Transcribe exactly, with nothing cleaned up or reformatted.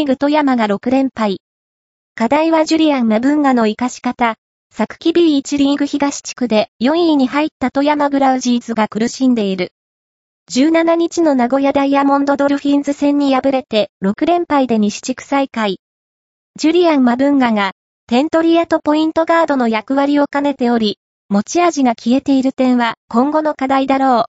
ーグ富山がろく連敗。課題はジュリアン・マブンガの生かし方。昨季 ビーワン リーグ東地区でよんいに入った富山グラウジーズが苦しんでいる。じゅうしちにちの名古屋ダイヤモンドドルフィンズ戦に敗れてろく連敗で西地区最下位。ジュリアン・マブンガが点取り屋とポイントガードの役割を兼ねており、持ち味が消えている点は今後の課題だろう。